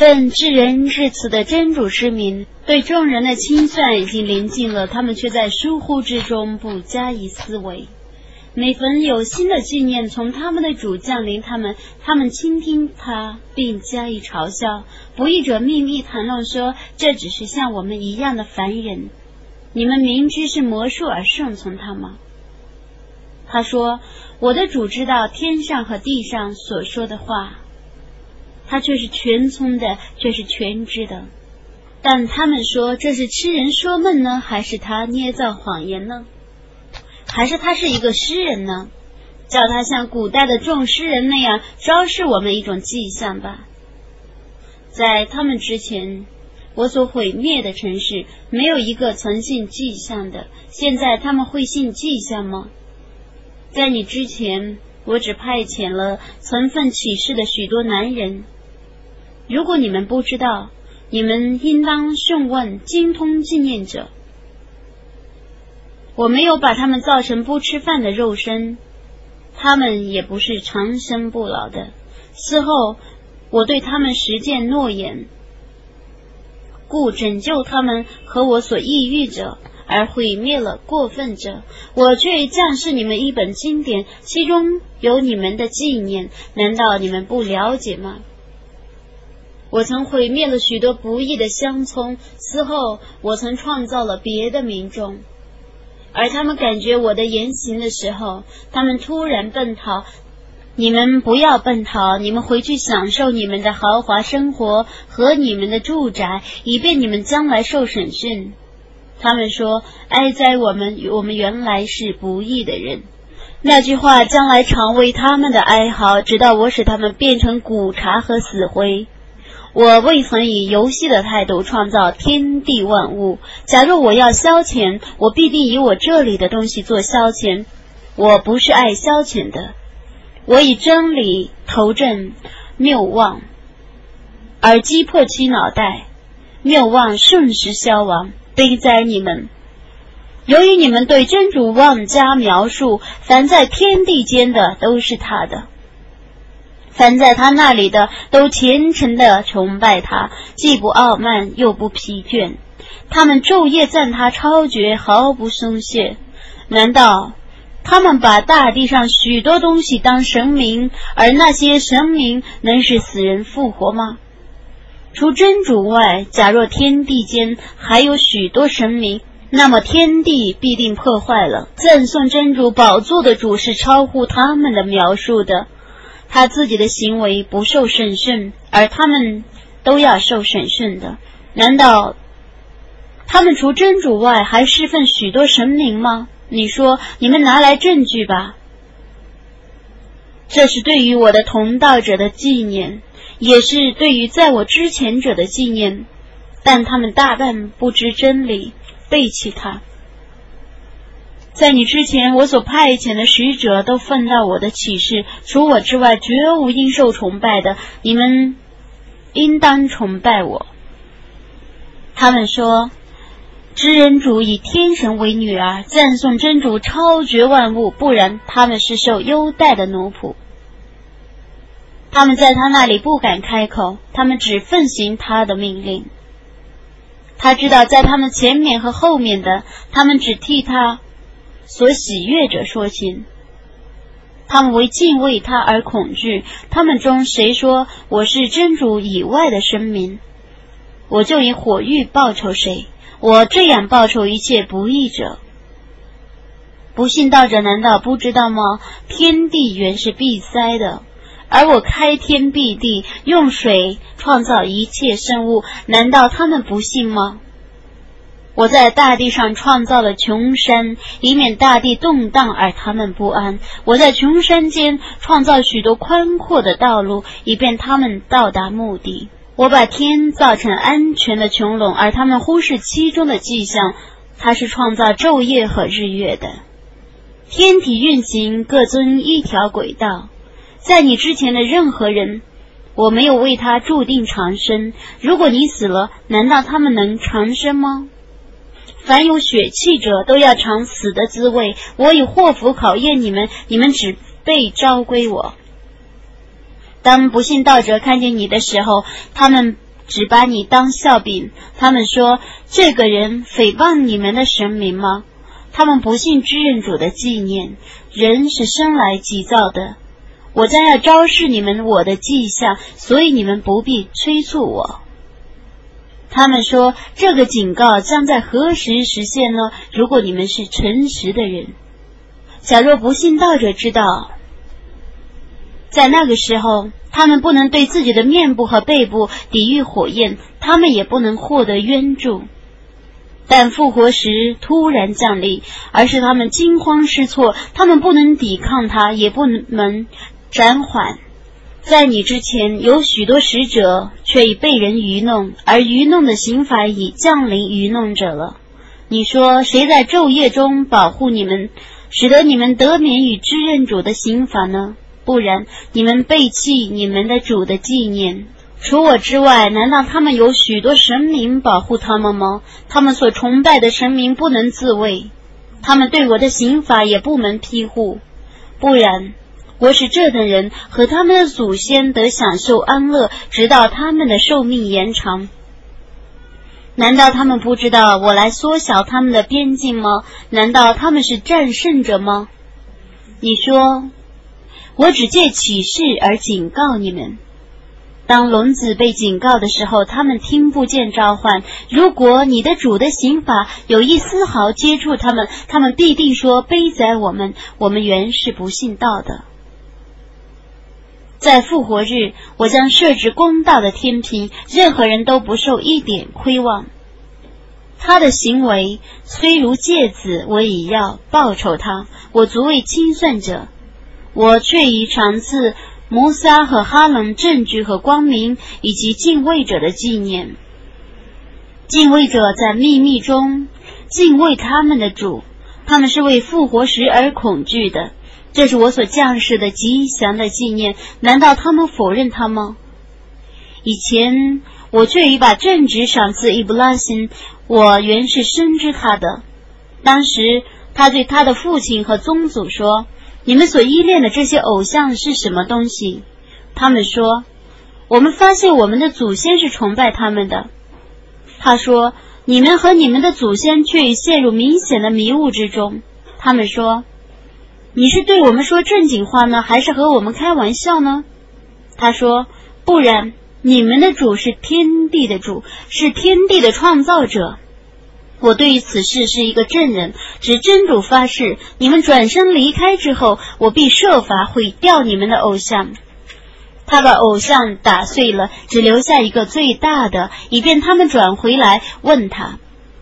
奉至仁至慈的真主之名，对众人的清算已经临近了，他们却在疏忽之中不加以思维。每逢有新的纪念从他们的主降临他们倾听他并加以嘲笑。不义者秘密谈论说，这只是像我们一样的凡人，你们明知是魔术而顺从他吗？他说，我的主知道天上和地上所说的话，他却是全聪的，却是全知的。但他们说，这是痴人说梦呢，还是他捏造谎言呢？还是他是一个诗人呢？叫他像古代的众诗人那样昭示我们一种迹象吧。在他们之前，我所毁灭的城市没有一个曾信迹象的，现在他们会信迹象吗？在你之前，我只派遣了曾奉启示的许多男人。如果你们不知道，你们应当询问精通纪念者。我没有把他们造成不吃饭的肉身，他们也不是长生不老的。事后我对他们实践诺言，故拯救他们和我所抑郁者，而毁灭了过分者。我却降示你们一本经典，其中有你们的纪念，难道你们不了解吗？我曾毁灭了许多不义的乡村，此后我曾创造了别的民众，而他们感觉我的言行的时候，他们突然奔逃。你们不要奔逃，你们回去享受你们的豪华生活和你们的住宅，以便你们将来受审讯。他们说，哀哉我们原来是不义的人。那句话将来常为他们的哀嚎，直到我使他们变成骨茬和死灰。我未曾以游戏的态度创造天地万物，假如我要消遣，我必定以我这里的东西做消遣。我不是爱消遣的，我以真理投正谬妄，而击破其脑袋，谬妄瞬时消亡。悲哉你们！由于你们对真主妄加描述，凡在天地间的都是他的，凡在他那里的都虔诚地崇拜他，既不傲慢又不疲倦。他们昼夜赞他超绝，毫不松懈。难道他们把大地上许多东西当神明，而那些神明能使死人复活吗？除真主外，假若天地间还有许多神明，那么天地必定破坏了。赞颂真主宝座的主是超乎他们的描述的，他自己的行为不受审讯，而他们都要受审讯的。难道他们除真主外还侍奉许多神明吗？你说，你们拿来证据吧。这是对于我的同道者的纪念，也是对于在我之前者的纪念，但他们大半不知真理，背弃他。在你之前，我所派遣的使者都奉到我的启示，除我之外绝无应受崇拜的，你们应当崇拜我。他们说，知人主以天神为女儿，赞颂真主超绝万物，不然他们是受优待的奴仆。他们在他那里不敢开口，他们只奉行他的命令。他知道在他们前面和后面的，他们只替他所喜悦者说情。他们为敬畏他而恐惧，他们中谁说我是真主以外的神明，我就以火狱报酬谁，我这样报酬一切不义者。不信道者难道不知道吗？天地原是闭塞的，而我开天辟地，用水创造一切生物，难道他们不信吗？我在大地上创造了穷山，以免大地动荡而他们不安。我在穷山间创造许多宽阔的道路，以便他们到达目的。我把天造成安全的穹窿，而他们忽视其中的迹象。它是创造昼夜和日月的。天体运行各遵一条轨道，在你之前的任何人，我没有为他注定长生。如果你死了，难道他们能长生吗？凡有血气者都要尝死的滋味，我以祸福考验你们，你们只被召归我。当不信道者看见你的时候，他们只把你当笑柄。他们说，这个人诽谤你们的神明吗？他们不信至认主的纪念。人是生来急躁的，我将要昭示你们我的迹象，所以你们不必催促我。他们说，这个警告将在何时实现呢？如果你们是诚实的人。假若不信道者知道，在那个时候，他们不能对自己的面部和背部抵御火焰，他们也不能获得援助。但复活时突然降临，而是他们惊慌失措，他们不能抵抗它，也不能暂缓。在你之前有许多使者，却已被人愚弄，而愚弄的刑罚已降临愚弄者了。你说，谁在昼夜中保护你们，使得你们得免与至认主的刑罚呢？不然，你们背弃你们的主的纪念。除我之外，难道他们有许多神明保护他们吗？他们所崇拜的神明不能自卫，他们对我的刑罚也不能庇护。不然，我使这等人和他们的祖先得享受安乐，直到他们的寿命延长。难道他们不知道我来缩小他们的边境吗？难道他们是战胜者吗？你说，我只借启示而警告你们。当聋子被警告的时候，他们听不见召唤。如果你的主的刑罚有一丝毫接触他们，他们必定说，悲哉我们原是不信道的。在复活日，我将设置公道的天平，任何人都不受一点亏望。他的行为虽如芥子，我也要报酬他，我足为清算者。我却已赏赐摩撒和哈伦证据和光明，以及敬畏者的纪念。敬畏者在秘密中敬畏他们的主，他们是为复活时而恐惧的。这是我所降示的吉祥的纪念，难道他们否认他吗？以前我却已把正直赏赐伊布拉辛，我原是深知他的。当时他对他的父亲和宗祖说，你们所依恋的这些偶像是什么东西？他们说，我们发现我们的祖先是崇拜他们的。他说，你们和你们的祖先却已陷入明显的迷雾之中。他们说，你是对我们说正经话呢，还是和我们开玩笑呢？他说，不然，你们的主是天地的主，是天地的创造者。我对于此事是一个证人，指真主发誓，你们转身离开之后，我必设法毁掉你们的偶像。他把偶像打碎了，只留下一个最大的，以便他们转回来问他。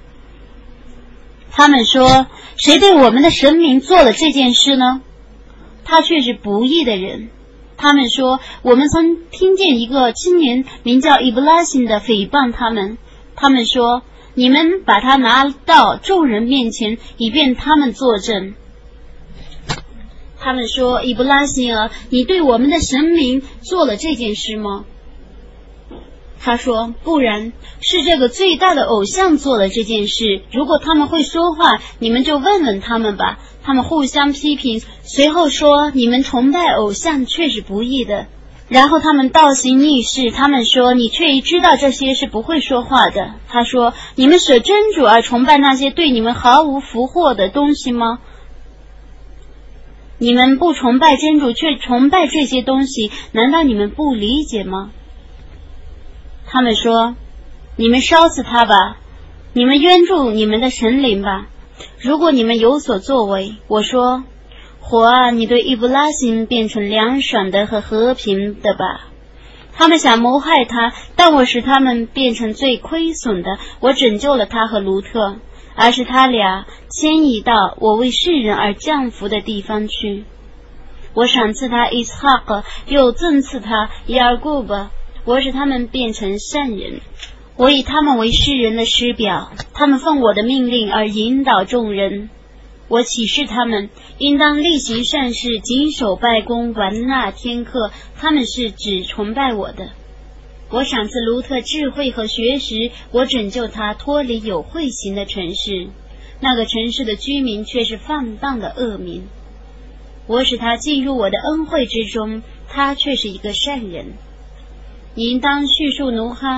他们说，谁对我们的神明做了这件事呢？他却是不义的人。他们说，我们曾听见一个青年名叫伊布拉辛的诽谤他们。他们说，你们把他拿到众人面前，以便他们作证。他们说，伊布拉辛儿，你对我们的神明做了这件事吗？他说，不然，是这个最大的偶像做了这件事。如果他们会说话，你们就问问他们吧。他们互相批评，随后说，你们崇拜偶像却是不义的。然后他们倒行逆施，他们说，你却已知道这些是不会说话的。他说，你们舍真主而崇拜那些对你们毫无福祸的东西吗？你们不崇拜真主，却崇拜这些东西，难道你们不理解吗？他们说，你们烧死他吧，你们冤助你们的神灵吧，如果你们有所作为。我说，火啊，你对伊布拉辛变成凉爽的和和平的吧。他们想谋害他，但我使他们变成最亏损的。我拯救了他和卢特，而是他俩迁移到我为世人而降福的地方去。我赏赐他伊斯哈格，又赠赐他雅各伯，我使他们变成善人。我以他们为世人的师表，他们奉我的命令而引导众人。我启示他们应当力行善事，谨守拜功，玩纳天课，他们是只崇拜我的。我赏赐卢特智慧和学识，我拯救他脱离有慧行的城市，那个城市的居民却是放荡的恶民。我使他进入我的恩惠之中，他却是一个善人。你应当叙述奴哈，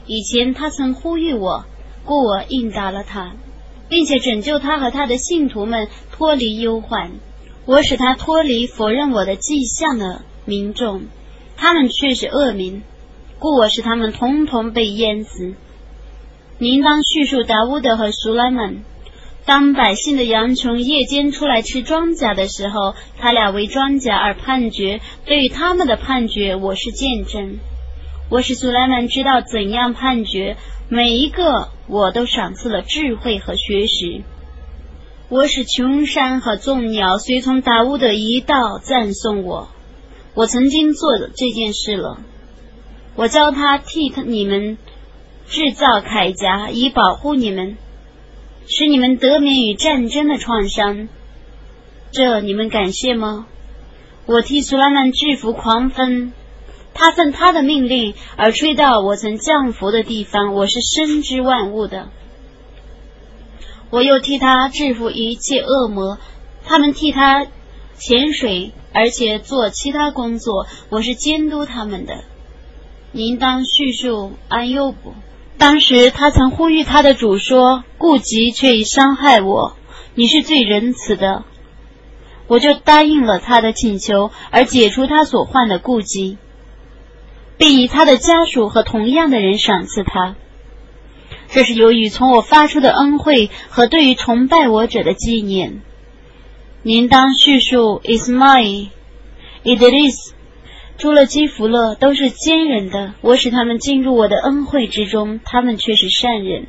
以前他曾呼吁我，故我应答了他，并且拯救他和他的信徒们脱离忧患。我使他脱离否认我的迹象的民众，他们却是恶民，故我使他们统统被淹死。你应当叙述达乌德和苏莱曼，当百姓的羊从夜间出来吃庄稼的时候，他俩为庄稼而判决，对于他们的判决我是见证。我使苏莱曼知道怎样判决，每一个我都赏赐了智慧和学识。我使穷山和众鸟随从达乌德一道赞颂我。我曾经做的这件事了。我教他替你们制造铠甲，以保护你们，使你们得免于战争的创伤。这你们感谢吗？我替苏拉曼制服狂风，他奉他的命令而吹到我曾降服的地方，我是深知万物的。我又替他制服一切恶魔，他们替他潜水，而且做其他工作，我是监督他们的。你应当叙述安优卜，当时他曾呼吁他的主说，顾及却已伤害我，你是最仁慈的。我就答应了他的请求，而解除他所患的顾忌，并以他的家属和同样的人赏赐他。这是由于从我发出的恩惠和对于崇拜我者的纪念。您当叙述伊斯玛仪、伊德利斯、朱勒基弗勒都是坚忍的，我使他们进入我的恩惠之中，他们却是善人。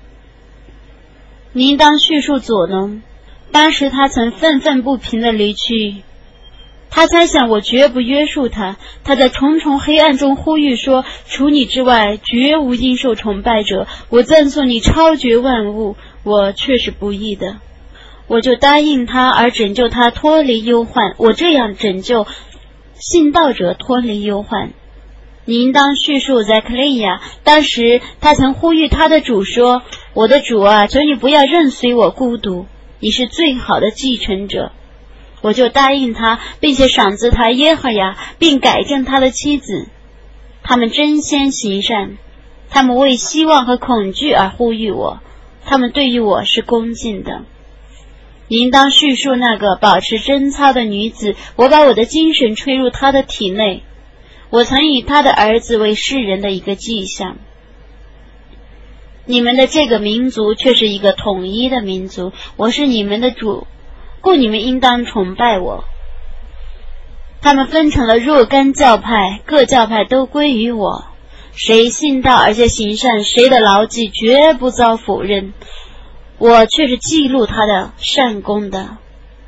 您当叙述左农，当时他曾愤愤不平地离去，他猜想我绝不约束他，他在重重黑暗中呼吁说，除你之外绝无应受崇拜者，我赞颂你超绝万物，我却是不义的。我就答应他而拯救他脱离忧患，我这样拯救信道者脱离忧患。你应当叙述在克利亚，当时他曾呼吁他的主说，我的主啊，求你不要任随我孤独，你是最好的继承者。我就答应他，并且赏赐他耶和雅，并改正他的妻子。他们争先行善，他们为希望和恐惧而呼吁我，他们对于我是恭敬的。你应当叙述那个保持贞操的女子，我把我的精神吹入她的体内，我曾以她的儿子为世人的一个迹象。你们的这个民族却是一个统一的民族，我是你们的主，故你们应当崇拜我。他们分成了若干教派，各教派都归于我，谁信道而且行善，谁的牢记绝不遭否认，我却是记录他的善功的。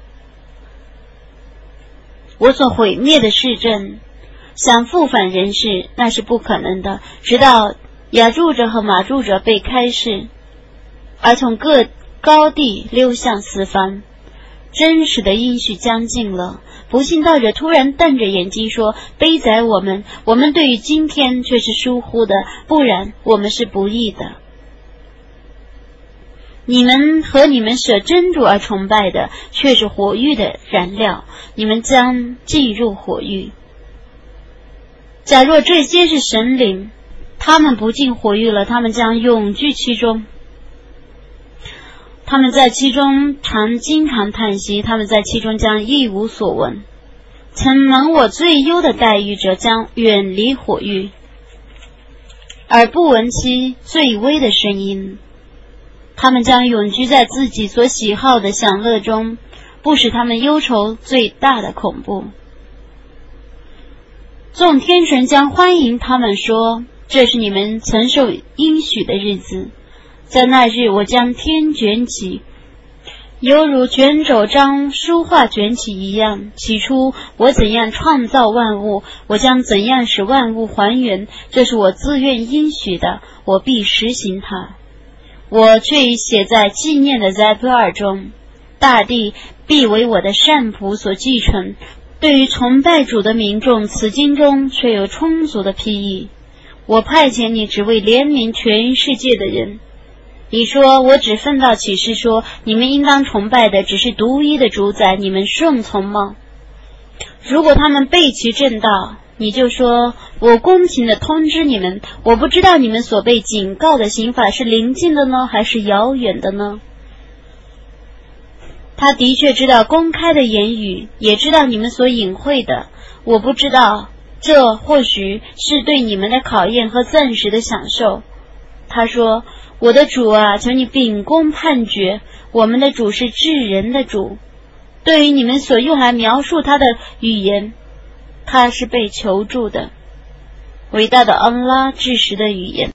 我所毁灭的市镇想复返人世，那是不可能的，直到亚住者和马住者被开示，而从各高地溜向四方。真实的应许将近了，不信道者突然瞪着眼睛说，悲哉我们对于今天却是疏忽的，不然我们是不义的。你们和你们舍真主而崇拜的却是火狱的燃料，你们将进入火狱。假若这些是神灵，他们不进火狱了，他们将永居其中。他们在其中经常叹息，他们在其中将一无所闻。曾蒙我最优的待遇者将远离火狱，而不闻其最微的声音。他们将永居在自己所喜好的享乐中，不使他们忧愁最大的恐怖。众天神将欢迎他们说，这是你们曾受应许的日子。在那日我将天卷起，犹如卷轴将书画卷起一样。起初我怎样创造万物，我将怎样使万物还原，这是我自愿应许的，我必实行它。我却已写在纪念的在贝尔中，大地必为我的善仆所继承。对于崇拜主的民众，此经中却有充足的裨益。我派遣你只为怜悯全世界的人。你说我只奉到启示说，你们应当崇拜的只是独一的主宰，你们顺从吗？如果他们背弃正道， 你就说，我公平地通知你们，我不知道你们所被警告的刑罚是临近的呢，还是遥远的呢？他的确知道公开的言语，也知道你们所隐晦的，我不知道，这或许是对你们的考验和暂时的享受。他说，我的主啊，求你秉公判决，我们的主是治人的主，对于你们所用来描述他的语言，他是被求助的。伟大的安拉至实的语言。